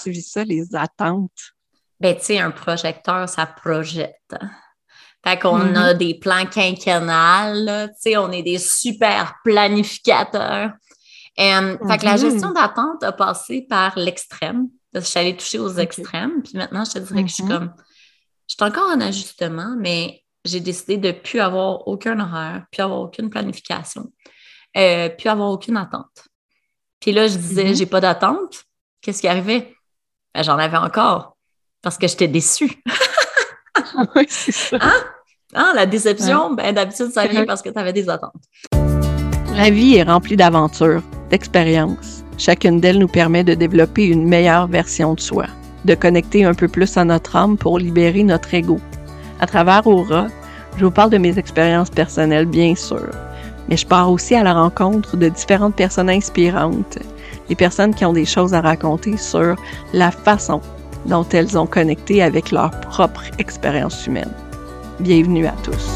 tu vis ça, les attentes? Ben, tu sais, un projecteur, ça projette. Fait qu'on Mhm, a des plans quinquennales, là, tu sais, on est des super planificateurs. Fait que la gestion mhm. d'attente a passé par l'extrême. Parce que je suis allée toucher aux OK. extrêmes. Puis maintenant, je te dirais que Mhm. je suis encore en ajustement, mais j'ai décidé de ne plus avoir aucun horaire, plus avoir aucune planification, plus avoir aucune attente. Puis là, je disais, Mhm. j'ai pas d'attente. Qu'est-ce qui arrivait? Ben, j'en avais encore parce que j'étais déçue. Oui, c'est ça. Hein? Hein? La Hein? déception, ben, d'habitude, ça vient parce que tu avais des attentes. La vie est remplie d'aventures, d'expériences. Chacune d'elles nous permet de développer une meilleure version de soi, de connecter un peu plus à notre âme pour libérer notre ego. À travers Aura, je vous parle de mes expériences personnelles, bien sûr, mais je pars aussi à la rencontre de différentes personnes inspirantes, des personnes qui ont des choses à raconter sur la façon dont elles ont connecté avec leur propre expérience humaine. Bienvenue à tous.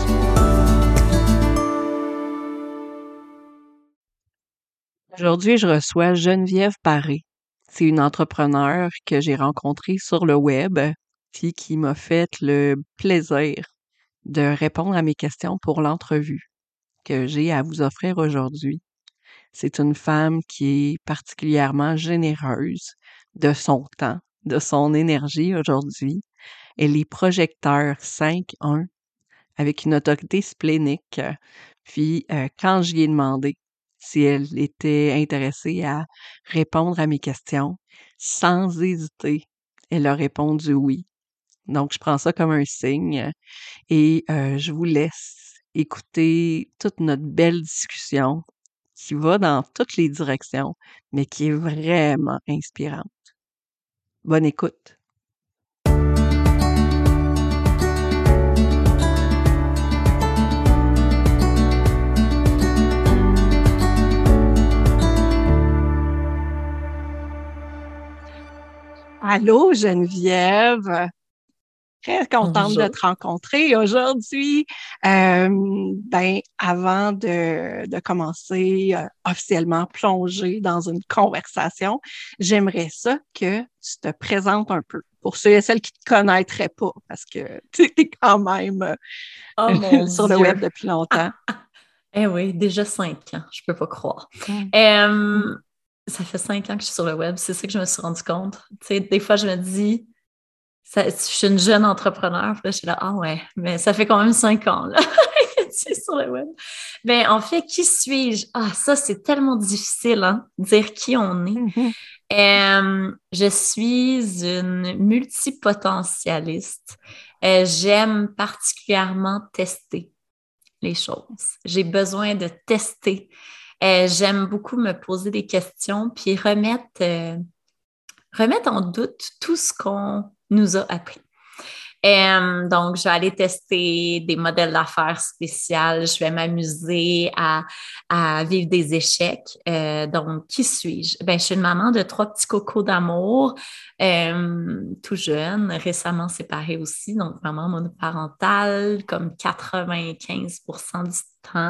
Aujourd'hui, je reçois Geneviève Paré. C'est une entrepreneure que j'ai rencontrée sur le web, puis qui m'a fait le plaisir de répondre à mes questions pour l'entrevue que j'ai à vous offrir aujourd'hui. C'est une femme qui est particulièrement généreuse de son temps, de son énergie aujourd'hui. Elle est projecteur 5-1 avec une autorité splénique. Puis, quand j'y ai demandé si elle était intéressée à répondre à mes questions, sans hésiter, elle a répondu oui. Donc, je prends ça comme un signe et je vous laisse écouter toute notre belle discussion qui va dans toutes les directions, mais qui est vraiment inspirante. Bonne écoute. Allô, Geneviève. Très contente de Bonjour. te rencontrer aujourd'hui. Avant de commencer officiellement plonger dans une conversation, j'aimerais ça que tu te présentes un peu pour ceux et celles qui ne te connaîtraient pas, parce que tu es quand même Oh mon sur le web Dieu. depuis longtemps. Eh oui, déjà 5 ans, je peux pas croire. Mm. Mm. Euh, Ça fait 5 ans que je suis sur le web, c'est ça que je me suis rendu compte. Tu sais, des fois, je me dis, je suis une jeune entrepreneur, puis là, je suis là, ah ouais, mais ça fait quand même 5 ans là, que tu es sur le web. Ben, en fait, qui suis-je? Ah, ça, c'est tellement difficile, hein, dire qui on est. Mhm. Je suis une multipotentialiste. J'aime particulièrement tester les choses. J'ai besoin de tester. J'aime beaucoup me poser des questions puis remettre en doute tout ce qu'on nous a appris. Donc, je vais aller tester des modèles d'affaires spéciales. Je vais m'amuser à vivre des échecs. Donc, qui suis-je? Ben, je suis une maman de 3 petits cocos d'amour, tout jeune, récemment séparée aussi. Donc, maman monoparentale, comme 95% du temps.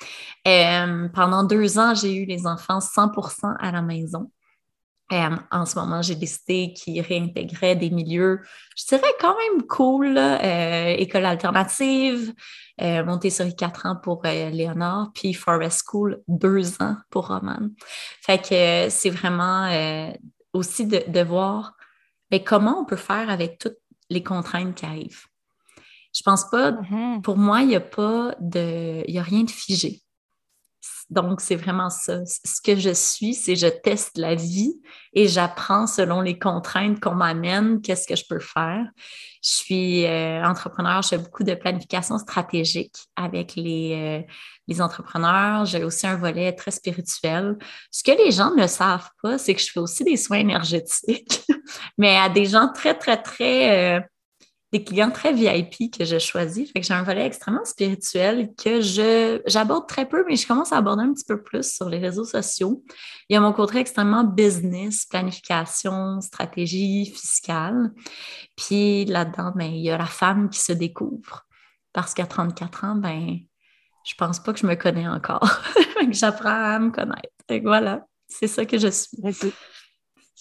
Pendant 2 ans, j'ai eu les enfants 100% à la maison. En ce moment, j'ai décidé qu'ils réintégraient des milieux, je dirais quand même cool, là, école alternative, Montessori 4 ans pour Léonard, puis Forest School 2 ans pour Roman. Fait que c'est vraiment aussi de voir mais comment on peut faire avec toutes les contraintes qui arrivent. Je pense pas, Mhm. pour moi, il y a rien de figé. Donc, c'est vraiment ça. Ce que je suis, c'est je teste la vie et j'apprends selon les contraintes qu'on m'amène, qu'est-ce que je peux faire. Je suis entrepreneur, je fais beaucoup de planification stratégique avec les entrepreneurs. J'ai aussi un volet très spirituel. Ce que les gens ne savent pas, c'est que je fais aussi des soins énergétiques, mais à des gens très, très, très des clients très VIP que je choisis. Fait que j'ai un volet extrêmement spirituel que j'aborde très peu, mais je commence à aborder un petit peu plus sur les réseaux sociaux. Il y a mon côté extrêmement business, planification, stratégie fiscale. Puis là-dedans, ben, il y a la femme qui se découvre. Parce qu'à 34 ans, ben, je pense pas que je me connais encore. Fait que j'apprends à me connaître. Fait que voilà, c'est ça que je suis. Mais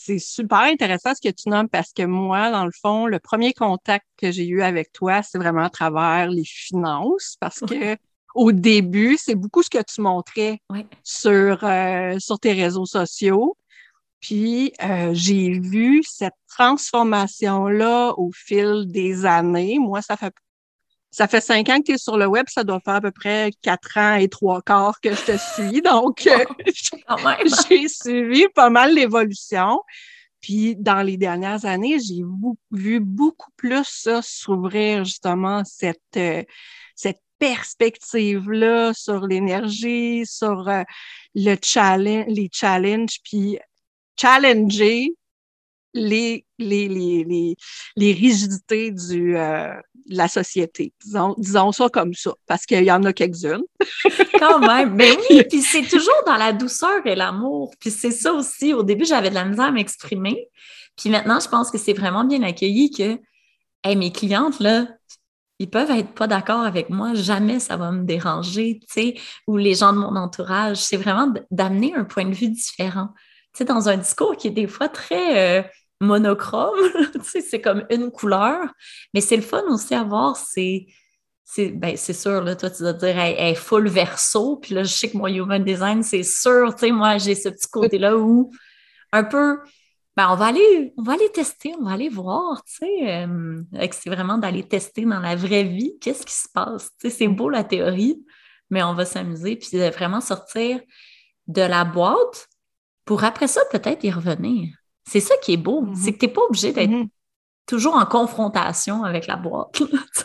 c'est super intéressant ce que tu nommes parce que moi, dans le fond, le premier contact que j'ai eu avec toi, c'est vraiment à travers les finances parce que au début, c'est beaucoup ce que tu montrais Ouais. sur tes réseaux sociaux. Puis, j'ai vu cette transformation-là au fil des années. Moi, ça fait 5 ans que tu es sur le web, ça doit faire à peu près 4 ans et 3 quarts que je te suis. Donc, Quand même. j'ai suivi pas mal l'évolution. Puis, dans les dernières années, j'ai vu beaucoup plus ça s'ouvrir, justement, cette perspective-là sur l'énergie, sur les challenges, puis challenger les rigidités de la société. Disons ça comme ça, parce qu'il y en a quelques-unes. Quand même. Ben oui, puis c'est toujours dans la douceur et l'amour. Puis c'est ça aussi. Au début, j'avais de la misère à m'exprimer. Puis maintenant, je pense que c'est vraiment bien accueilli que hey, mes clientes, là, ils peuvent être pas d'accord avec moi. Jamais ça va me déranger, tu sais, ou les gens de mon entourage. C'est vraiment d'amener un point de vue différent. Tu sais, dans un discours qui est des fois très monochrome, tu sais, c'est comme une couleur, mais c'est le fun aussi à voir, c'est sûr, là, toi, tu dois te dire, elle est full verso, puis là, je sais que mon human design, c'est sûr, tu sais, moi, j'ai ce petit côté-là où un peu, ben, on va aller tester, on va aller voir, tu sais, c'est vraiment d'aller tester dans la vraie vie, qu'est-ce qui se passe, tu sais, c'est beau la théorie, mais on va s'amuser, puis de vraiment sortir de la boîte pour après ça, peut-être y revenir. C'est ça qui est beau, c'est que tu n'es pas obligé d'être toujours en confrontation avec la boîte.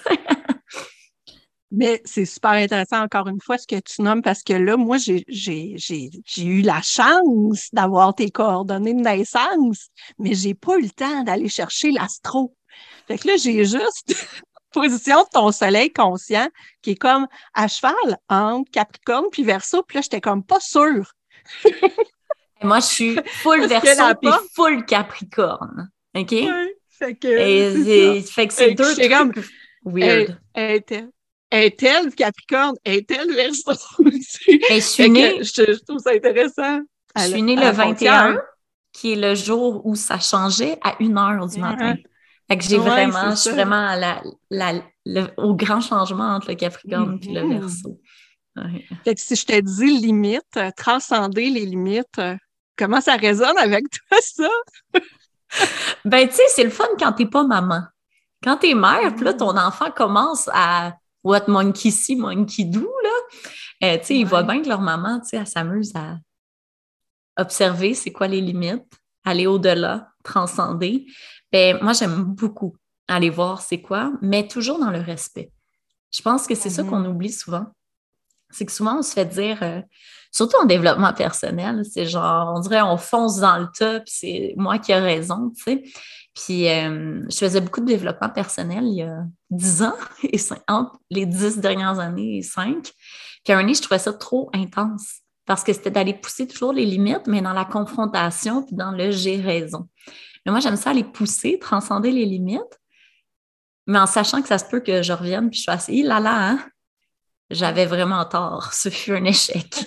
Mais c'est super intéressant, encore une fois, ce que tu nommes, parce que là, moi, j'ai eu la chance d'avoir tes coordonnées de naissance, mais j'ai pas eu le temps d'aller chercher l'astro. Fait que là, j'ai juste position de ton soleil conscient qui est comme à cheval entre Capricorne puis Verseau, puis là, j'étais comme pas sûre. Moi, je suis full Parce que Verseau la puis porte, full Capricorne. OK? ouais, fait que Et c'est ça. fait que c'est Fait que deux j'étais comme, trucs weird. est-elle Capricorne? Est-elle Verseau? Mais Fait que je trouve ça intéressant je à suis née à le la 21, frontière. qui est le jour où ça changeait à 1 heure du matin. Ouais, Fait que ouais, c'est je suis ça. vraiment au grand changement entre le Capricorne et le Mhm. Verseau. Ouais. Fait que si je te dis limite, transcender les limites, comment ça résonne avec toi, ça? Ben, tu sais, c'est le fun quand t'es pas maman. Quand t'es mère, puis là, ton Mhm. enfant commence à what monkey see, monkey do, là. Tu sais, ils voient Ouais. bien que leur maman, tu sais, elle s'amuse à observer c'est quoi les limites, aller au-delà, transcender. Ben, moi, j'aime beaucoup aller voir c'est quoi, mais toujours dans le respect. Je pense que c'est ça qu'on Mhm. oublie souvent. C'est que souvent, on se fait dire, surtout en développement personnel, c'est genre, on dirait, on fonce dans le tas, puis c'est moi qui ai raison, tu sais. Puis, je faisais beaucoup de développement personnel il y a 10 ans, et entre les 10 dernières années et 5. Puis, à un moment, je trouvais ça trop intense, parce que c'était d'aller pousser toujours les limites, mais dans la confrontation, puis dans le j'ai raison. Mais moi, j'aime ça aller pousser, transcender les limites, mais en sachant que ça se peut que je revienne, puis je suis assez, là, là, hein, j'avais vraiment tort. Ce fut un échec.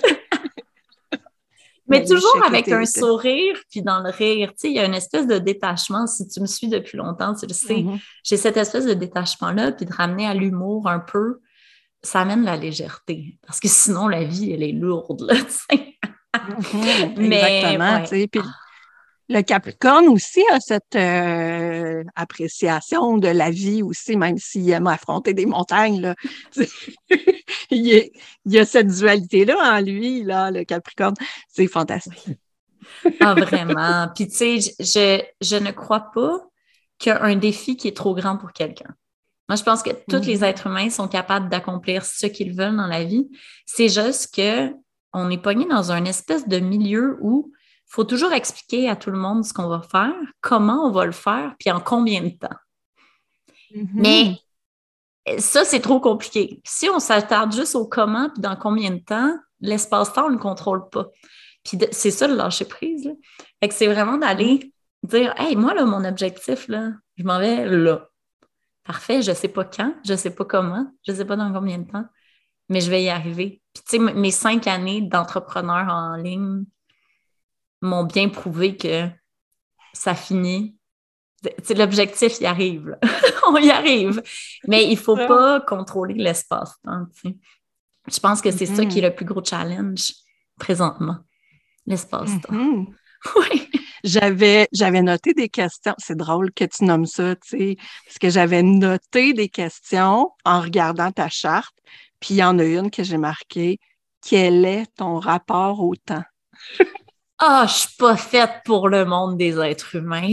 Mais Mais toujours l'échec avec un était. sourire, puis dans le rire. Tu sais, il y a une espèce de détachement. Si tu me suis depuis longtemps, tu le sais. Mhm. J'ai cette espèce de détachement-là, puis de ramener à l'humour un peu, ça amène la légèreté. Parce que sinon, la vie, elle est lourde, là, tu sais. Mhm. Mais, Exactement, tu ouais. sais. Puis le Capricorne aussi a cette appréciation de la vie aussi, même s'il aime affronter des montagnes, là. Tu sais, il y a cette dualité-là en lui, là, le Capricorne. C'est fantastique. Ah, vraiment. Puis, tu sais, je ne crois pas qu'il y a un défi qui est trop grand pour quelqu'un. Moi, je pense que tous les Mhm. êtres humains sont capables d'accomplir ce qu'ils veulent dans la vie. C'est juste que on est pogné dans un espèce de milieu où il faut toujours expliquer à tout le monde ce qu'on va faire, comment on va le faire, puis en combien de temps. Mais Mhm. ça, c'est trop compliqué. Si on s'attarde juste au comment, puis dans combien de temps, l'espace-temps, on ne le contrôle pas. Puis c'est ça le lâcher prise, là. Fait que c'est vraiment Mhm. d'aller dire, hey, moi, là, mon objectif, là, je m'en vais là. Parfait, je ne sais pas quand, je ne sais pas comment, je ne sais pas dans combien de temps, mais je vais y arriver. Puis, tu sais, mes 5 années d'entrepreneur en ligne m'ont bien prouvé que ça finit. L'objectif, il arrive. Là. On y arrive. Mais il ne faut pas contrôler l'espace-temps. Je pense que c'est ça qui est le plus gros challenge présentement, l'espace-temps. Oui. J'avais noté des questions. C'est drôle que tu nommes ça, tu sais, parce que j'avais noté des questions en regardant ta charte, puis il y en a une que j'ai marquée. Quel est ton rapport au temps? Ah, je suis pas faite pour le monde des êtres humains.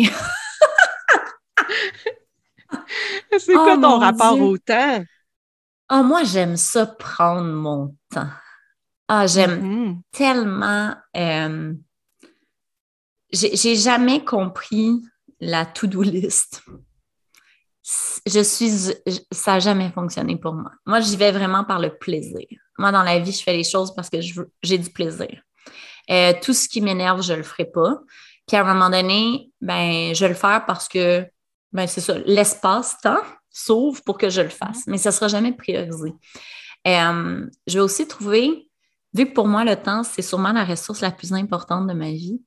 C'est Oh quoi ton mon rapport Dieu! au temps? Ah, moi, j'aime ça prendre mon temps. Ah, j'aime tellement. J'ai jamais compris la to-do list. Ça n'a jamais fonctionné pour moi. Moi, j'y vais vraiment par le plaisir. Moi, dans la vie, je fais les choses parce que j'ai du plaisir. Tout ce qui m'énerve, je le ferai pas. Puis à un moment donné, ben, je vais le faire parce que, ben, c'est ça, l'espace-temps s'ouvre pour que je le fasse, mais ça sera jamais priorisé. Je vais aussi trouver, vu que pour moi, le temps, c'est sûrement la ressource la plus importante de ma vie,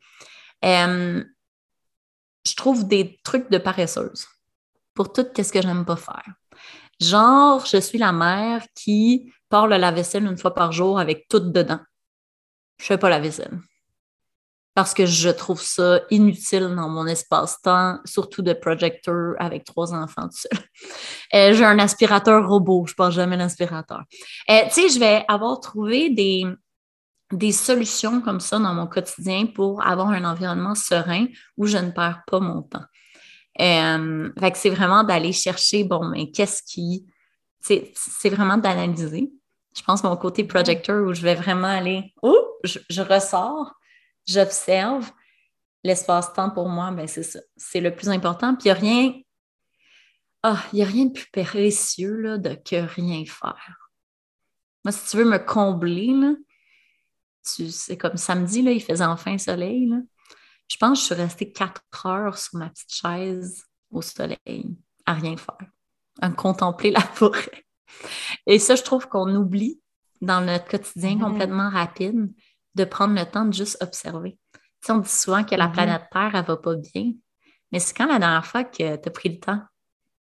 je trouve des trucs de paresseuse pour tout ce que j'aime pas faire. Genre, je suis la mère qui part le lave-vaisselle une fois par jour avec tout dedans. Je fais pas la vaisselle. Parce que je trouve ça inutile dans mon espace-temps, surtout de projecteur avec 3 enfants tout seul. J'ai un aspirateur robot, je ne passe jamais l'aspirateur. Tu sais, je vais avoir trouvé des solutions comme ça dans mon quotidien pour avoir un environnement serein où je ne perds pas mon temps. Fait que c'est vraiment d'aller chercher, bon, mais qu'est-ce qui... C'est vraiment d'analyser. Je pense mon côté projecteur où je vais vraiment aller... Oh, je ressors, j'observe. L'espace-temps pour moi, ben c'est ça. C'est le plus important. Puis il n'y a rien de plus précieux là, que rien faire. Moi, si tu veux me combler, là, c'est comme samedi, là, il faisait enfin soleil. Là. Je pense que je suis restée 4 heures sur ma petite chaise au soleil, à rien faire, à contempler la forêt. Et ça, je trouve qu'on oublie dans notre quotidien complètement rapide de prendre le temps de juste observer. Tu sais, on dit souvent que la planète Terre, elle va pas bien, mais c'est quand la dernière fois que tu as pris le temps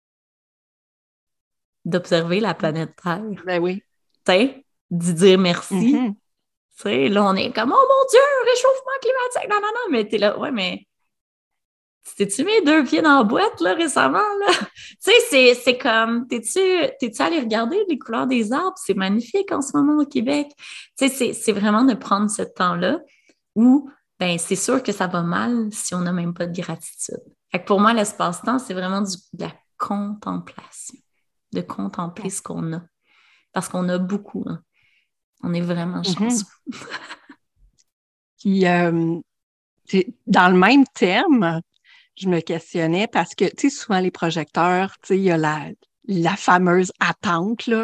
d'observer la planète Terre? Ben oui. Tu sais, d'y dire merci. Tu sais, là, on est comme, oh mon Dieu, réchauffement climatique, non, non, non, mais t'es là, ouais, mais t'es-tu mis 2 pieds dans la boîte, là, récemment, là? Tu sais, c'est comme, t'es-tu allé regarder les couleurs des arbres? C'est magnifique en ce moment au Québec. Tu sais, c'est vraiment de prendre ce temps-là où, ben, c'est sûr que ça va mal si on n'a même pas de gratitude. Fait que pour moi, l'espace-temps, c'est vraiment de la contemplation, de contempler ce qu'on a. Parce qu'on a beaucoup, hein. On est vraiment chanceux. Puis, dans le même terme, je me questionnais parce que, tu sais, souvent les projecteurs, tu sais, il y a la fameuse attente, là,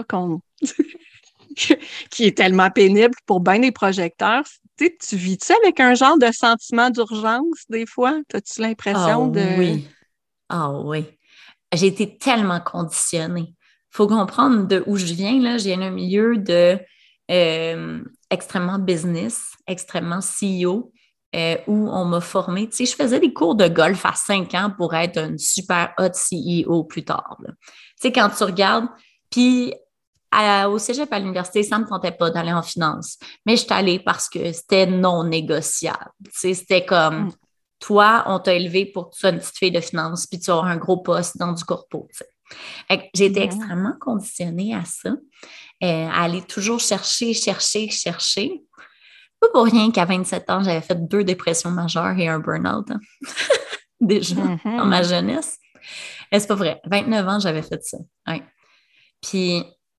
qui est tellement pénible pour bien des projecteurs. Tu sais, tu vis-tu avec un genre de sentiment d'urgence des fois? As-tu l'impression de... Oui. Ah oui. J'ai été tellement conditionnée. Il faut comprendre de où je viens, là. J'ai un milieu de extrêmement business, extrêmement CEO, où on m'a formée. Tu sais, je faisais des cours de golf à 5 ans pour être une super hot CEO plus tard. Tu sais, quand tu regardes, puis au cégep à l'université, ça ne me tentait pas d'aller en finance, mais je suis allée parce que c'était non négociable. Tu sais, c'était comme, toi, on t'a élevé pour que tu sois une petite fille de finance, puis tu as un gros poste dans du corpo. Tu sais. J'ai été extrêmement conditionnée à ça, à aller toujours chercher. Pas pour rien qu'à 27 ans, j'avais fait 2 dépressions majeures et un burn-out, hein. Déjà, dans ma jeunesse. C'est pas vrai. 29 ans, j'avais fait ça. Ouais. Puis,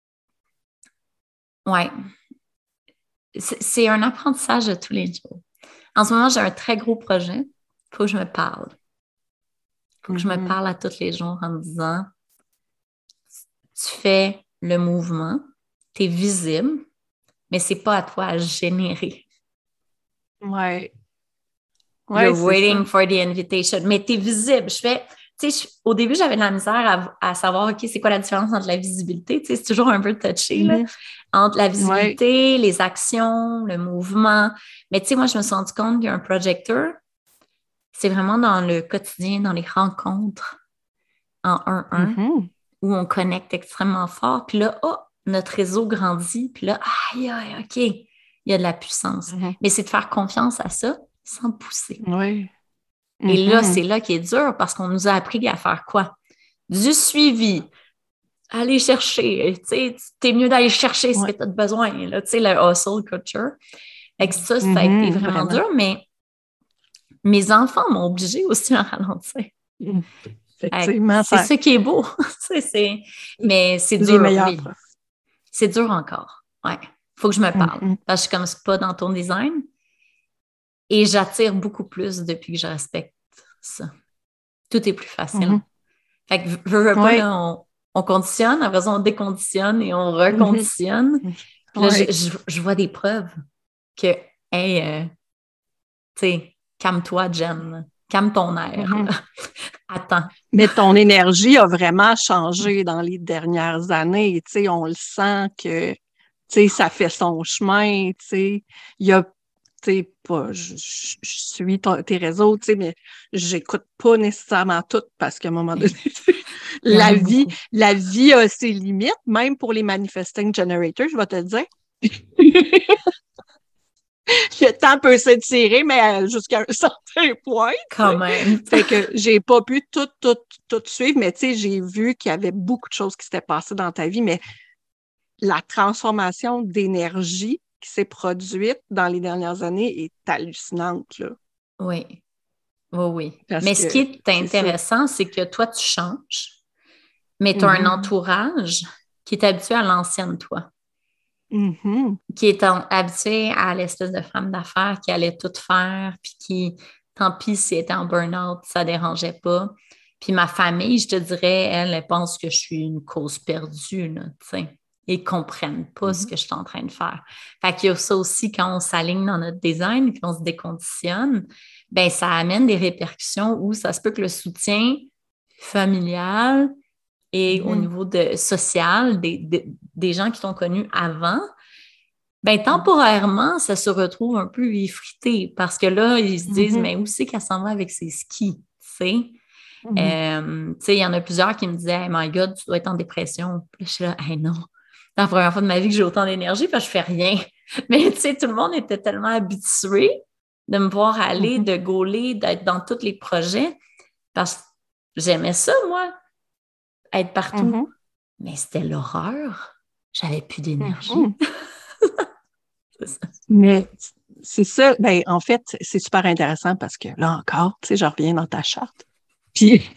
ouais, c'est un apprentissage de tous les jours. En ce moment, j'ai un très gros projet. Il faut que je me parle. Il faut que je me parle à tous les jours en me disant, tu fais le mouvement, tu es visible, mais c'est pas à toi à générer. Ouais. You're waiting for the invitation. Mais tu es visible. Au début, j'avais de la misère à savoir, OK, c'est quoi la différence entre la visibilité? Tu sais, c'est toujours un peu touché, là, entre la visibilité, les actions, le mouvement. Mais tu sais, moi, je me suis rendu compte qu'un projecteur, c'est vraiment dans le quotidien, dans les rencontres en 1-1 Mhm. où on connecte extrêmement fort. Puis là, notre réseau grandit. Puis là, aïe, aïe, OK, il y a de la puissance. Mhm. Mais c'est de faire confiance à ça sans pousser. Oui. Et là, Mhm. c'est là qui est dur parce qu'on nous a appris à faire quoi? Du suivi. Aller chercher, tu sais, t'es mieux d'aller chercher ce que Ouais. tu as besoin, là, tu sais, le hustle culture. Fait que ça a été Mhm. vraiment Vraiment. dur, mais mes enfants m'ont obligé aussi à ralentir. Mhm. Fait que Effectivement, c'est ça, ça qui est beau. Mais c'est les dur, meilleurs oui. profs. C'est dur encore. Ouais. Faut que je me parle. Mhm. Parce que je suis comme c'est pas dans ton design. Et j'attire beaucoup plus depuis que je respecte ça. Tout est plus facile. Mhm. Fait que veux pas, Oui. là, on conditionne, après ça, on déconditionne et on Mhm. reconditionne. Puis là, Oui. je vois des preuves que, hey, tu sais, calme-toi, Jen. Calme ton air, Mhm. là. Attends. Mais ton énergie a vraiment changé dans les dernières années. Tu sais, on le sent que, tu sais, ça fait son chemin. Tu sais, il y a, tu sais, pas, je suis tes réseaux, tu sais, mais j'écoute pas nécessairement tout parce qu'à un moment donné, Il y en la a vie, beaucoup. la vie a ses limites, même pour les manifesting generators, je vais te le dire. Le temps peut s'étirer, mais jusqu'à un certain point, tu Quand sais. même. Fait que j'ai pas pu tout suivre, mais tu sais, j'ai vu qu'il y avait beaucoup de choses qui s'étaient passées dans ta vie, mais la transformation d'énergie qui s'est produite dans les dernières années est hallucinante, là. Oui, oui, oui. Parce Mais ce qui que est c'est ça. intéressant, c'est que toi, tu changes, mais tu as un Mhm. entourage qui est habitué à l'ancienne toi, Mhm. qui est habitué à l'espèce de femme d'affaires qui allait tout faire, puis qui, tant pis si elle était en burn-out, ça ne dérangeait pas. Puis ma famille, je te dirais, elle pense que je suis une cause perdue, là, tu sais. Ils ne comprennent pas ce Mhm. que je suis en train de faire. Fait qu'il y a ça aussi quand on s'aligne dans notre design, puis on se déconditionne, ben ça amène des répercussions où ça se peut que le soutien familial et au Mhm. niveau social des gens qui t'ont connu avant, ben, Mhm. temporairement, ça se retrouve un peu effrité parce que là, ils se disent, Mhm. mais où c'est qu'elle s'en va avec ses skis? Tu sais? Mhm. Tu sais, il y en a plusieurs qui me disaient, hey, my God, tu dois être en dépression. Puis là, je suis là, hey, non. C'est la première fois de ma vie que j'ai autant d'énergie, parce que je fais rien. Mais tu sais, tout le monde était tellement habitué de me voir aller, Mhm. de gauler, d'être dans tous les projets, parce que j'aimais ça, moi, être partout. Mhm. Mais c'était l'horreur. J'avais plus d'énergie. Mhm. C'est ça. Mais c'est ça, ben, en fait, c'est super intéressant parce que là encore, tu sais, je reviens dans ta charte. Puis,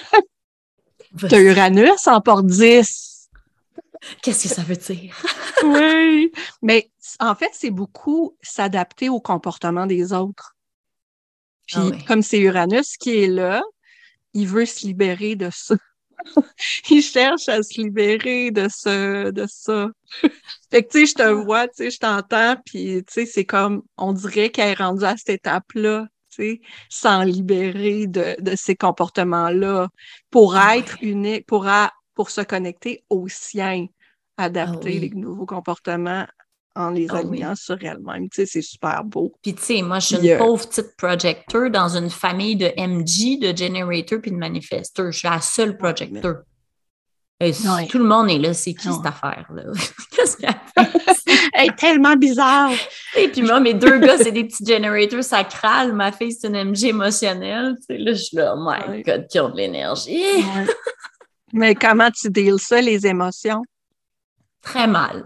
t'as Vas-y. Uranus en porte 10. Qu'est-ce que ça veut dire? Oui. Mais en fait, c'est beaucoup s'adapter au comportement des autres. Ah Puis, oui. comme c'est Uranus qui est là, il veut se libérer de ça. Il cherche à se libérer de ça. Fait que, tu sais, je te Ah, vois, tu sais, je t'entends, puis, tu sais, c'est comme, on dirait qu'elle est rendue à cette étape-là, tu sais, s'en libérer de ces comportements-là pour ah être oui. unique, pour se connecter aux siens, Ah adapter les oui. nouveaux comportements en les Ah alignant oui. sur elle-même. Tu sais, c'est super beau. Puis, tu sais, moi, je suis Puis, une pauvre petite projecteur dans une famille de MG, de generator puis de manifesteur. Je suis la seule ouais, mais, projecteur. Et ouais. tout le monde est là. C'est qui cette Ouais. affaire-là? Qu'est-ce qu'elle fait ici? Elle est tellement bizarre. Et puis moi, mes deux gars, c'est des petits generators sacrales. Ma fille, c'est une MG émotionnelle. Tu sais, là, je suis là, oh my Ouais, God, qui ont de l'énergie. ouais. Mais comment tu deals ça, les émotions? Très mal.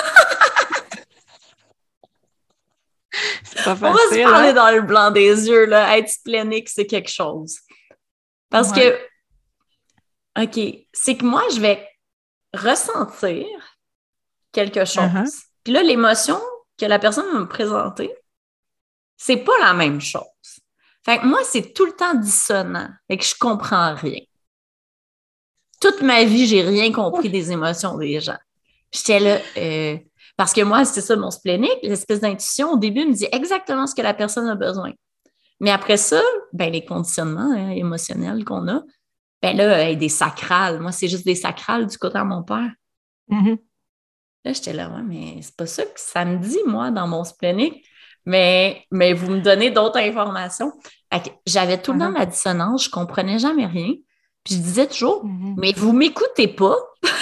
C'est pas On va se facile, parler hein? dans le blanc des yeux, là. Être splénique, c'est quelque chose. Parce Ouais. que, OK, c'est que moi, je vais ressentir quelque Uh-huh. chose. Puis là, l'émotion que la personne va me présenter, c'est pas la même chose. Fait que moi, c'est tout le temps dissonant. Fait que je comprends rien. Toute ma vie, j'ai rien compris des émotions des gens. J'étais là, parce que moi, c'était ça mon splénique, l'espèce d'intuition au début me dit exactement ce que la personne a besoin. Mais après ça, ben, les conditionnements émotionnels qu'on a, ben là, des sacrales. Moi, c'est juste des sacrales du côté de mon père. Mhm. Là, j'étais là, ouais, mais c'est pas ça que ça me dit, moi, dans mon splénique. Mais vous me donnez d'autres informations. Fait que j'avais tout le temps Uh-huh. la dissonance, je comprenais jamais rien. Puis je disais toujours, Mhm. mais vous m'écoutez pas.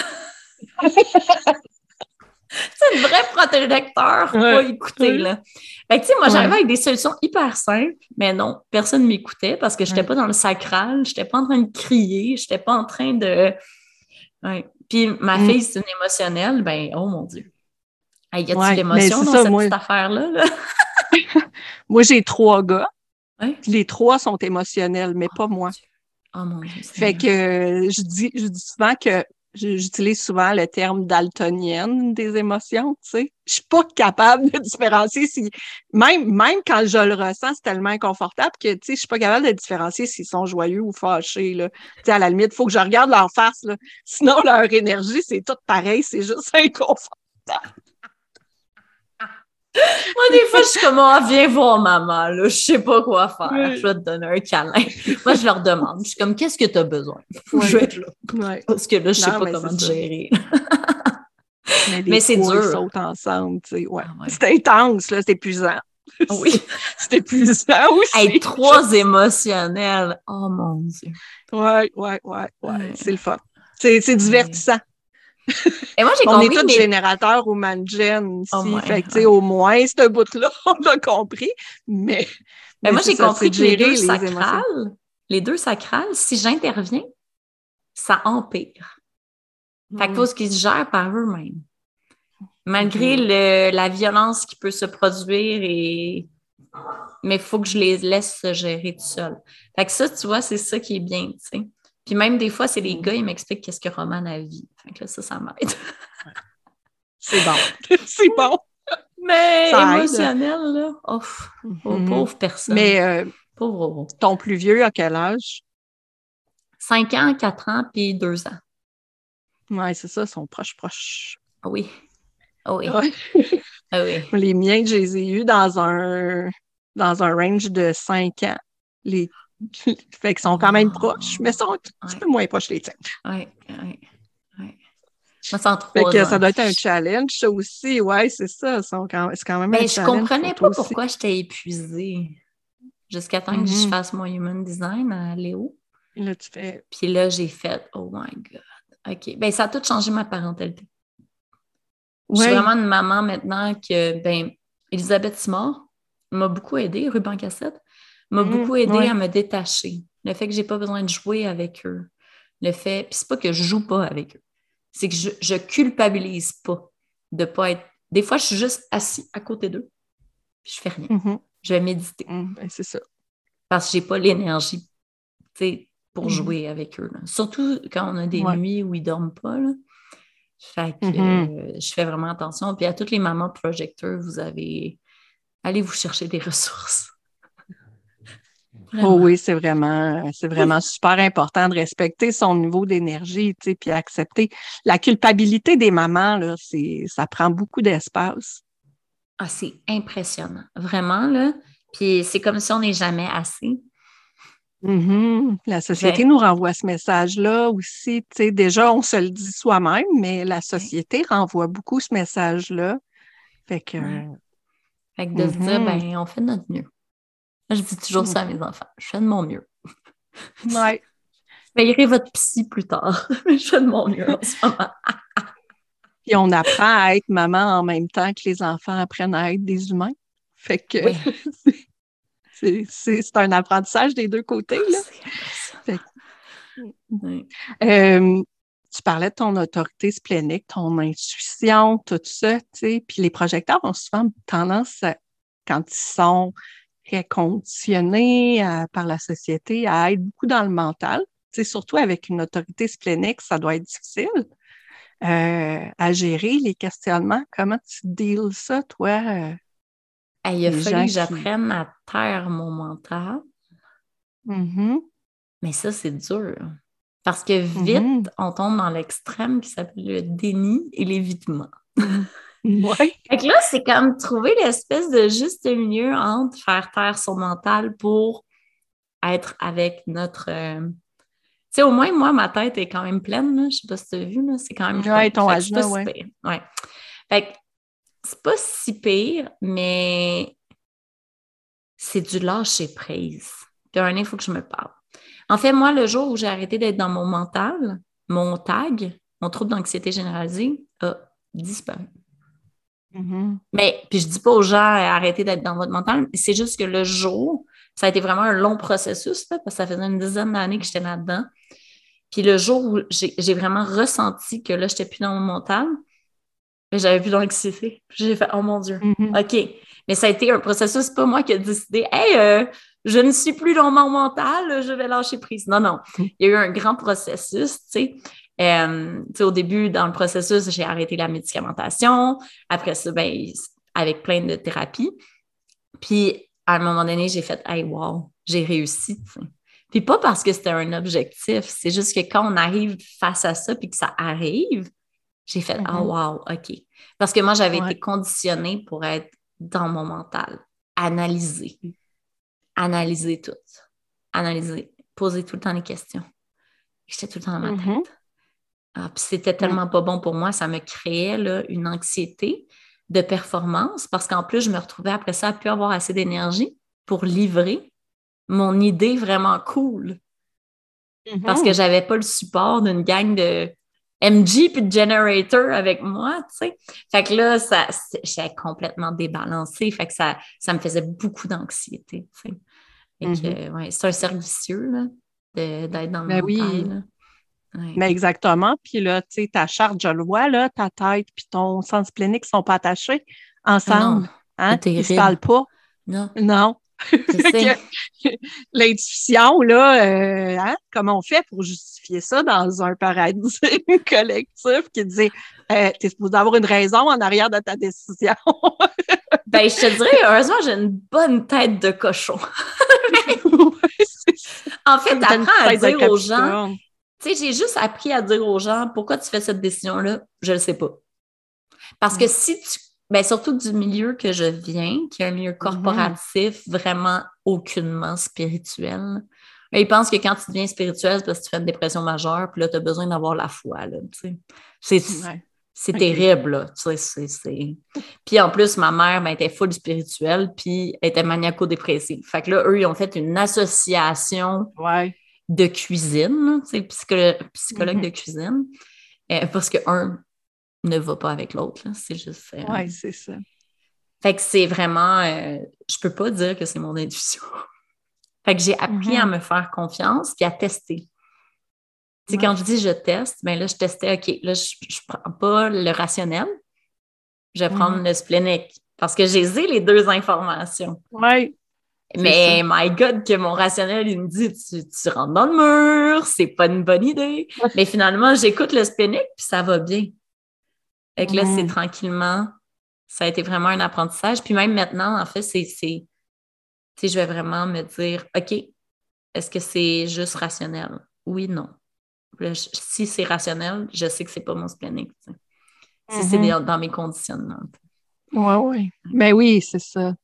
C'est une vraie protecteur, pas Ouais, écouter, ouais, là. Fait que, tu sais, moi, j'arrivais ouais, avec des solutions hyper simples, mais non, personne ne m'écoutait parce que je n'étais ouais. pas dans le sacral, je n'étais pas en train de crier, je n'étais pas en train de... Ouais. Puis ma Mm. fille, c'est une émotionnelle, ben, oh mon Dieu. Hey, y a-t-il de Ouais, mais l'émotion c'est dans ça, cette moi, petite affaire-là, là? moi j'ai 3 gars, Ouais? puis les 3 sont émotionnels, mais Oh pas mon moi. Dieu. Oh mon Dieu, Fait Seigneur. que je dis souvent que j'utilise souvent le terme daltonienne des émotions, tu sais. Je suis pas capable de différencier si, même quand je le ressens, c'est tellement inconfortable que, tu sais, je suis pas capable de différencier s'ils sont joyeux ou fâchés, là. Tu sais, à la limite, il faut que je regarde leur face, là. Sinon, leur énergie, c'est tout pareil, c'est juste inconfortable. Moi, des fois, je suis comme, oh, viens voir maman, là, je sais pas quoi faire, je vais te donner un câlin. Moi, je leur demande, je suis comme, qu'est-ce que tu as besoin? Je Ouais, vais être là. ouais. Parce que là, je sais Non, pas mais c'est comment te ça. gérer. Mais les Mais c'est 3, ils dur. sautent ensemble, tu sais, ouais. Ah ouais. C'est intense, là, c'est épuisant. Oui. C'est épuisant Être aussi. trois émotionnels. Oh mon Dieu. Ouais, ouais, ouais, ouais. Ouais. C'est le fun. C'est Ouais. divertissant. Et moi, j'ai On est compris que tous mes... générateurs ou man-gen Oh, ici. ouais, Fait que, tu sais, ouais. au moins, ce bout-là, on l'a compris. Mais, Mais mais moi, c'est j'ai ça, c'est compris de que les deux gérer les émotions. sacrales, si j'interviens, ça empire. Fait qu'il faut Mm. qu'ils se gèrent par eux-mêmes. Malgré Mhm. la violence qui peut se produire, mais il faut que je les laisse se gérer tout seuls. Fait que ça, tu vois, c'est ça qui est bien, tu sais. Puis même des fois, c'est les Mm. gars, ils m'expliquent qu'est-ce que Roman a vit. Fait que là, ça m'aide. C'est bon. C'est bon. Mais Ça aide. émotionnel, là, oh, oh, Mhm. pauvre personne. Mais Pauvre Roro. ton plus vieux, à quel âge? 5 ans, 4 ans, puis 2 ans. Ouais, c'est ça, ils sont proches. Ah oui, ah oui, Ouais. ah oui. Les miens, je les ai eus dans un range de 5 ans. Les... Fait qu'ils sont quand même proches, mais Oh, sont un petit ouais, peu moins proches les tiens. ouais, ouais, ouais. Moi, c'est en Fait 3 que ans. ça doit être un challenge, ça aussi. Ouais, c'est ça. C'est quand même un Mais je challenge pour comprenais toi pas aussi. pourquoi j'étais épuisée jusqu'à temps que je Mhm. fasse mon human design à Léo. Là, tu fais. Puis là, j'ai fait, oh my God. OK. Ben, ça a tout changé ma parentalité. Je suis Oui. vraiment une maman maintenant que, ben, Elisabeth Simard m'a beaucoup aidée, Ruban Cassette, m'a beaucoup aidée à Oui. me détacher. Le fait que j'ai pas besoin de jouer avec eux. Le fait, puis c'est pas que je joue pas avec eux, c'est que je culpabilise pas de pas être. Des fois, je suis juste assis à côté d'eux, puis je fais rien. Je vais méditer Ben, c'est ça. parce que j'ai pas l'énergie, tu sais, pour Mhm. jouer avec eux, là. Surtout quand on a des Ouais. nuits où ils dorment pas, là. Fait que Mhm. je fais vraiment attention. Puis à toutes les mamans projecteurs, allez vous chercher des ressources. Oh Vraiment. oui, c'est vraiment super important de respecter son niveau d'énergie, tu sais, puis accepter la culpabilité des mamans, là, ça prend beaucoup d'espace. Ah, c'est impressionnant. Vraiment, là. Puis c'est comme si on n'est jamais assez. Mhm. La société Fait, nous renvoie ce message-là aussi. Tu sais, déjà, on se le dit soi-même, mais la ouais, société renvoie beaucoup ce message-là. Fait que, ouais. Fait que de se dire, mhm. ben, on fait de notre mieux. Moi, je dis toujours ça à mes enfants. Je fais de mon mieux. Ouais. Je payerai votre psy plus tard. Je fais de mon mieux en ce moment. Puis on apprend à être maman en même temps que les enfants apprennent à être des humains. Fait que Oui. c'est un apprentissage des deux côtés, là. C'est impressionnant. Fait que, Oui. euh, tu parlais de ton autorité splénique, ton intuition, tout ça, tu sais. Puis les projecteurs ont souvent tendance, quand ils sont très conditionnés par la société, à être beaucoup dans le mental. Tu sais, surtout avec une autorité splénique, ça doit être difficile à gérer les questionnements. Comment tu deals ça, toi, Hey, il a les fallu gens que qui... j'apprenne à taire mon mental. Mhm, Mais ça, c'est dur. Parce que mhm, vite, on tombe dans l'extrême qui s'appelle le déni et l'évitement. mhm. Ouais. Fait que là, c'est comme trouver l'espèce de juste milieu entre faire taire son mental pour être avec notre... Tu sais, au moins, moi, ma tête est quand même pleine, là. Je sais pas si tu as vu, là. C'est quand même plein. Ouais, ton Fait que c'est pas agenda, si ouais. pire. Ouais. Fait que c'est pas si pire, mais c'est du lâcher-prise. Puis un, il faut que je me parle. En fait, moi, le jour où j'ai arrêté d'être dans mon mental, mon TAG, mon trouble d'anxiété généralisée, a disparu. Mhm. Mais, puis je dis pas aux gens, arrêtez d'être dans votre mental, c'est juste que le jour, ça a été vraiment un long processus, là, parce que ça faisait une dizaine d'années que j'étais là-dedans. Puis le jour où j'ai vraiment ressenti que là, j'étais plus dans mon mental, mais j'avais plus d'anxiété. J'ai fait, oh mon Dieu, Mhm. OK. Mais ça a été un processus, c'est pas moi qui ai décidé, hey, je ne suis plus dans mon mental, je vais lâcher prise. Non, non. Il y a eu un grand processus, tu sais. Au début, dans le processus, j'ai arrêté la médicamentation. Après ça, ben, avec plein de thérapies. Puis, à un moment donné, j'ai fait, hey, wow, j'ai réussi, tu sais. Puis pas parce que c'était un objectif, c'est juste que quand on arrive face à ça puis que ça arrive, j'ai fait, oh wow, OK. Parce que moi, j'avais été conditionnée pour être dans mon mental, analyser tout, analyser, poser tout le temps les questions. J'étais tout le temps dans ma tête. Ah, puis c'était tellement pas bon pour moi, ça me créait là, une anxiété de performance parce qu'en plus, je me retrouvais après ça à plus avoir assez d'énergie pour livrer mon idée vraiment cool. Parce que j'avais pas le support d'une gang de MG puis de Generator avec moi, tu sais. Fait que là, j'étais complètement débalancée. Fait que ça me faisait beaucoup d'anxiété, tu sais. Fait que, ouais, c'est un cercle vicieux, là, d'être dans le Ben oui, mental, là. Ouais. mais exactement. Puis là, tu sais, ta charte, je le vois, là, ta tête puis ton sens clinique sont pas attachés Non, ensemble. c'est Hein? Ils se terrible. parlent pas. Non, Non. je Fait sais. que l'intuition, là, hein, comment on fait pour justifier ça dans un paradigme collectif qui dit t'es supposé avoir une raison en arrière de ta décision? Ben, je te dirais, heureusement, j'ai une bonne tête de cochon. Ouais, c'est ça. En fait, T'as une apprends à tête de dire aux gens, Capricorne. tu sais, j'ai juste appris à dire aux gens pourquoi tu fais cette décision-là, je ne le sais pas. Parce que si tu, ben surtout du milieu que je viens, qui est un milieu corporatif, vraiment aucunement spirituel, ben, ils pensent que quand tu deviens spirituel, c'est parce que tu fais une dépression majeure, puis là, tu as besoin d'avoir la foi, là, tu sais. C'est terrible, là, tu sais, Puis en plus, ma mère, ben, était full spirituelle, puis elle était maniaco-dépressive. Fait que là, eux, ils ont fait une association de cuisine, tu sais, psychologue de cuisine, parce que un ne va pas avec l'autre, là. C'est juste... Oui, c'est ça. Fait que c'est vraiment... je peux pas dire que c'est mon intuition. Fait que j'ai appris à me faire confiance puis à tester. Tu sais, quand je dis je teste, ben là, je testais, OK, là, je prends pas le rationnel, je vais prendre le splénique parce que j'ai les deux informations. Oui. Mais my God, que mon rationnel, il me dit, tu rentres dans le mur, c'est pas une bonne idée. Mais finalement, j'écoute le splénique puis ça va bien. Fait que là, c'est tranquillement, ça a été vraiment un apprentissage. Puis même maintenant, en fait, je vais vraiment me dire, OK, est-ce que c'est juste rationnel? Oui, non. Là, si c'est rationnel, je sais que c'est pas mon splénique. Si c'est dans mes conditionnements. Oui, oui. Mais oui, c'est ça.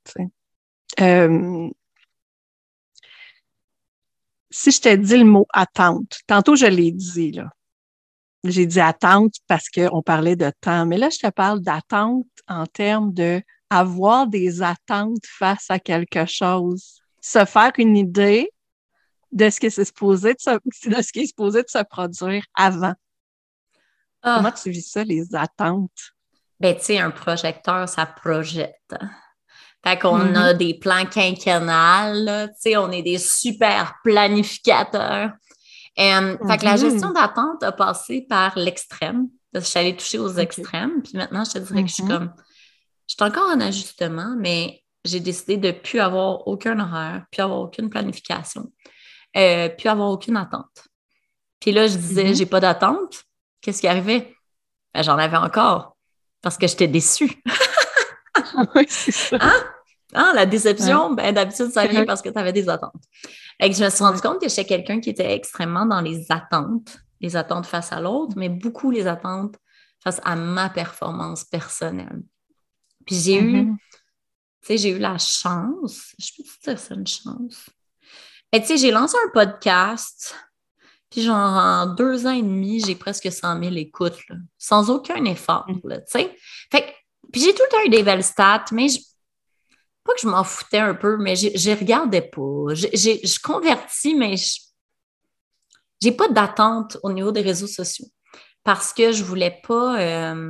Si je te dis le mot attente, tantôt je l'ai dit, là. J'ai dit attente parce qu'on parlait de temps, mais là, je te parle d'attente en termes de avoir des attentes face à quelque chose. Se faire une idée de ce qui est supposé de ce qui est supposé de se produire avant. Comment tu vis ça, les attentes? Ben, tu sais, un projecteur, ça projette. Fait qu'on a des plans quinquennales, tu sais, on est des super planificateurs. Fait que la gestion d'attente a passé par l'extrême. Je suis allée toucher aux extrêmes, puis maintenant, je te dirais que je suis encore en ajustement, mais j'ai décidé de ne plus avoir aucun horaire, plus avoir aucune planification, plus avoir aucune attente. Puis là, je disais, j'ai pas d'attente. Qu'est-ce qui arrivait? Ben, j'en avais encore parce que j'étais déçue. Oui, c'est ça. Hein, la déception, ben, d'habitude, ça vient parce que tu avais des attentes. Et je me suis rendu compte que j'étais quelqu'un qui était extrêmement dans les attentes face à l'autre, mais beaucoup les attentes face à ma performance personnelle. Puis j'ai eu la chance, je peux te dire ça, une chance. Tu sais, j'ai lancé un podcast, puis genre en 2 ans et demi, j'ai presque 100 000 écoutes, là, sans aucun effort, là, tu sais. Fait que, puis j'ai tout le temps eu des belles stats, mais pas que je m'en foutais un peu, mais je regardais pas. Je convertis, mais j'ai pas d'attente au niveau des réseaux sociaux parce que je voulais pas,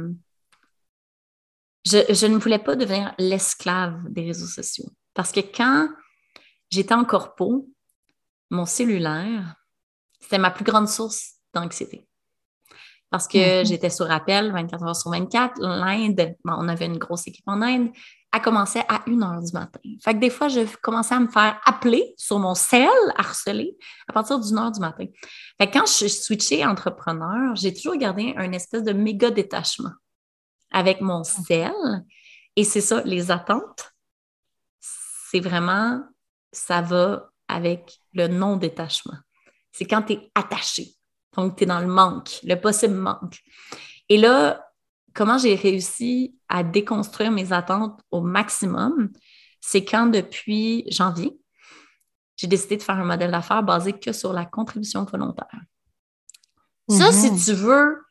je ne voulais pas devenir l'esclave des réseaux sociaux. Parce que quand j'étais en corpo, mon cellulaire, c'était ma plus grande source d'anxiété. Parce que Mhm. j'étais sur appel 24 heures sur 24. L'Inde, on avait une grosse équipe en Inde, elle commençait à 1 heure du matin. Fait que des fois, je commençais à me faire appeler sur mon cell, harceler, à partir d'1 heure du matin. Fait que quand je suis switchée entrepreneur, j'ai toujours gardé un espèce de méga détachement avec mon cell. Et c'est ça, les attentes, c'est vraiment, ça va avec le non-détachement. C'est quand tu es attaché. Donc, tu es dans le manque, le possible manque. Et là, comment j'ai réussi à déconstruire mes attentes au maximum, c'est quand depuis janvier, j'ai décidé de faire un modèle d'affaires basé que sur la contribution volontaire. Ça, si Mhm. tu veux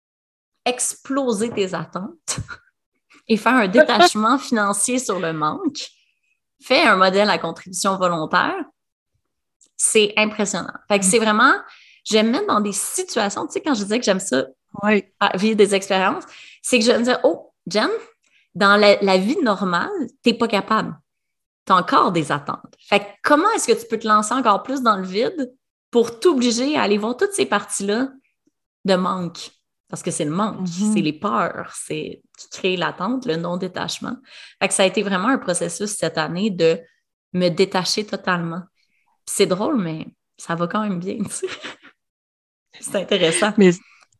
exploser tes attentes et faire un détachement financier sur le manque, fais un modèle à contribution volontaire. C'est impressionnant. Fait que c'est vraiment, je vais me mettre dans des situations, tu sais, quand je disais que j'aime ça, Oui. vivre des expériences, c'est que je vais me dire, oh, Jen, dans la vie normale, tu n'es pas capable. Tu as encore des attentes. Fait que comment est-ce que tu peux te lancer encore plus dans le vide pour t'obliger à aller voir toutes ces parties-là de manque? Parce que c'est le manque, c'est Mhm. les peurs, c'est qui crée l'attente, le non-détachement. Fait que ça a été vraiment un processus cette année de me détacher totalement. Puis c'est drôle, mais ça va quand même bien, tu sais. C'est intéressant. Mais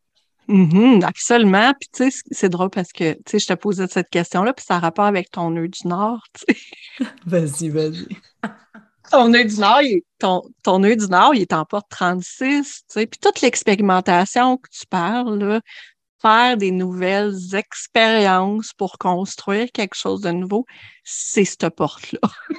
absolument. Puis tu sais, c'est drôle parce que tu sais, je te posais cette question-là, puis ça a rapport avec ton nœud du Nord. Tu sais. Vas-y, vas-y. Ton nœud du Nord, ton nœud du Nord, il est en porte 36. Tu sais. Puis toute l'expérimentation que tu parles, là, faire des nouvelles expériences pour construire quelque chose de nouveau, c'est cette porte-là.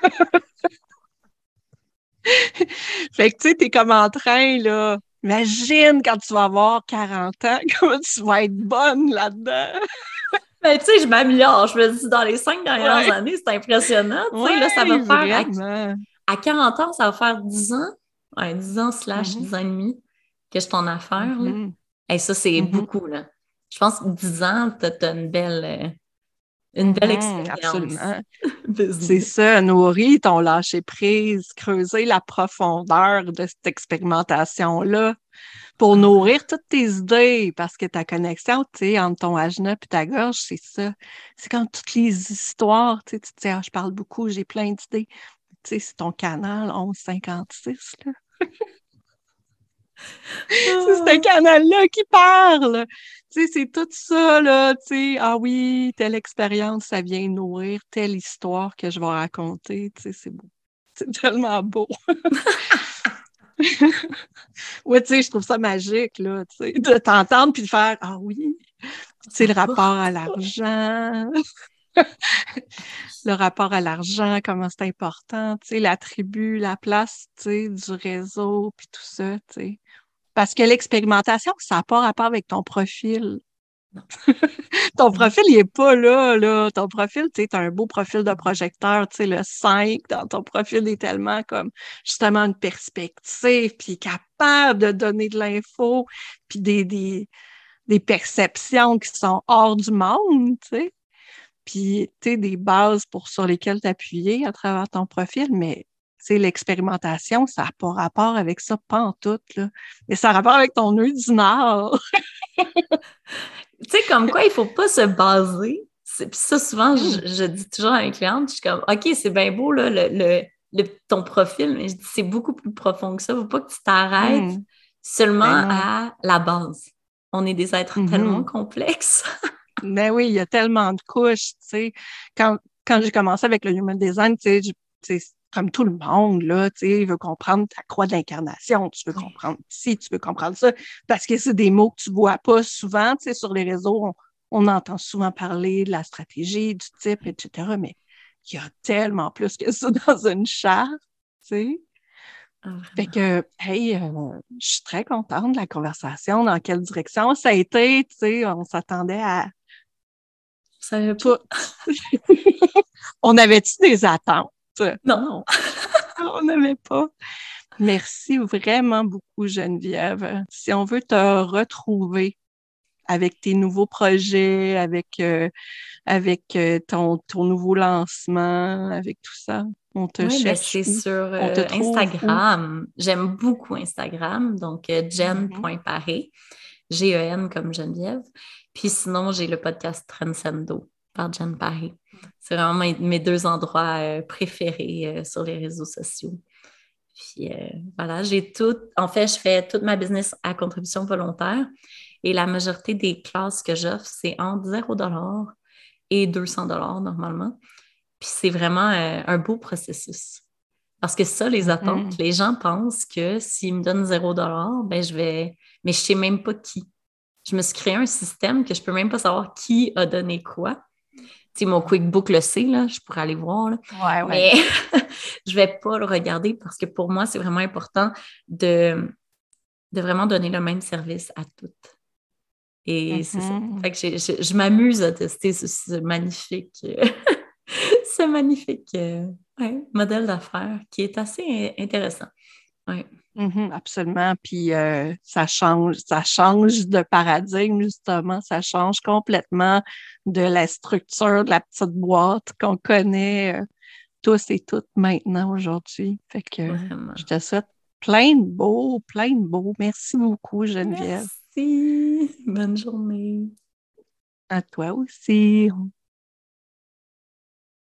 Fait que tu sais, t'es comme en train, là. Imagine quand tu vas avoir 40 ans, comment tu vas être bonne là-dedans. Mais tu sais, je m'améliore. Je me dis, dans les 5 dernières Ouais, années, c'est impressionnant. Tu sais, là, ça va ouais, faire, vraiment. à 40 ans, ça va faire 10 ans. Ouais, 10 ans slash Mhm, 10 ans et demi que je suis en affaires, là. mhm, Et ça, c'est mhm, beaucoup, là. Je pense que 10 ans, t'as une belle expérience. absolument. C'est Vas-y. ça, nourrir ton lâcher prise, creuser la profondeur de cette expérimentation-là pour Ah ouais. nourrir toutes tes idées, parce que ta connexion, tu sais, entre ton ajna et ta gorge, c'est ça. C'est comme toutes les histoires, tu sais, tu te dis, ah, je parle beaucoup, j'ai plein d'idées. Tu sais, c'est ton canal 1156, là. C'est ce Ah. canal-là qui parle. Tu sais, c'est tout ça, là, tu sais, ah oui, telle expérience, ça vient nourrir telle histoire que je vais raconter, tu sais, c'est beau. C'est tellement beau. Ouais, tu sais, je trouve ça magique, là, tu sais, de t'entendre puis de faire, ah oui, tu sais, Ça le rapport à porte. l'argent, le rapport à l'argent, comment c'est important, tu sais, la tribu, la place, tu sais, du réseau, puis tout ça, tu sais. Parce que l'expérimentation, ça n'a pas rapport avec ton profil. Non. Ton Mais non. profil, il est pas là, là. Ton profil, tu sais, t'as un beau profil de projecteur, tu sais, le 5 dans ton profil est tellement comme, justement, une perspective, puis capable de donner de l'info, puis des perceptions qui sont hors du monde, tu sais. Puis, tu sais, des bases sur lesquelles t'appuyer à travers ton profil, mais c'est l'expérimentation, ça n'a pas rapport avec ça, pas en tout, là. Mais ça a rapport avec ton nœud du Nord. Tu sais, comme quoi, il ne faut pas se baser. Puis ça, souvent, je, Hum, je dis toujours à mes clientes, je suis comme, OK, c'est bien beau, là, ton profil, mais je dis, c'est beaucoup plus profond que ça. Il ne faut pas que tu t'arrêtes hum, ben seulement non. à la base. On est des êtres tellement Mhm. complexes. Ben oui, il y a tellement de couches, tu sais. Quand, quand j'ai commencé avec le human design, tu sais, comme tout le monde, là, tu sais, veut comprendre ta croix de l'incarnation, tu veux Oui. comprendre ci, tu veux comprendre ça, parce que c'est des mots que tu vois pas souvent, tu sais, sur les réseaux, on entend souvent parler de la stratégie, du type, etc., mais il y a tellement plus que ça dans une charte, tu sais. Ah, Fait vraiment. que, hey, je suis très contente de la conversation, dans quelle direction ça a été, tu sais, on s'attendait à Je savais pas. Tout. On avait-tu des attentes? Non. Non, on n'avait pas. Merci vraiment beaucoup, Geneviève. Si on veut te retrouver avec tes nouveaux projets, avec ton nouveau lancement, avec tout ça, on te Oui, ben cherche c'est où? sur On te trouve où? Instagram. J'aime beaucoup Instagram, donc Mhm. jen.paré, Gen comme Geneviève. Puis sinon, j'ai le podcast Transcendo par Jen Paré. C'est vraiment mes deux endroits préférés sur les réseaux sociaux. Puis voilà, j'ai tout. En fait, je fais toute ma business à contribution volontaire et la majorité des classes que j'offre, c'est entre 0$ et 200$ normalement. Puis c'est vraiment un beau processus. Parce que ça, les attentes, Mhm. les gens pensent que s'ils me donnent 0$, ben je vais. Mais je ne sais même pas qui. Je me suis créé un système que je ne peux même pas savoir qui a donné quoi. Tu sais, mon QuickBook le sait, là, je pourrais aller voir, là. Ouais, ouais. Mais je ne vais pas le regarder parce que pour moi, c'est vraiment important de, de vraiment donner le même service à toutes. Et c'est ça. Mhm. Fait que je m'amuse à tester ce magnifique, ce magnifique ouais, modèle d'affaires qui est assez intéressant. Ouais. Mhm, absolument. Puis ça change de paradigme, justement. Ça change complètement de la structure de la petite boîte qu'on connaît tous et toutes maintenant aujourd'hui. Fait que je Vraiment. te souhaite plein de beaux, plein de beaux. Merci beaucoup, Geneviève. Merci. Bonne journée. À toi aussi.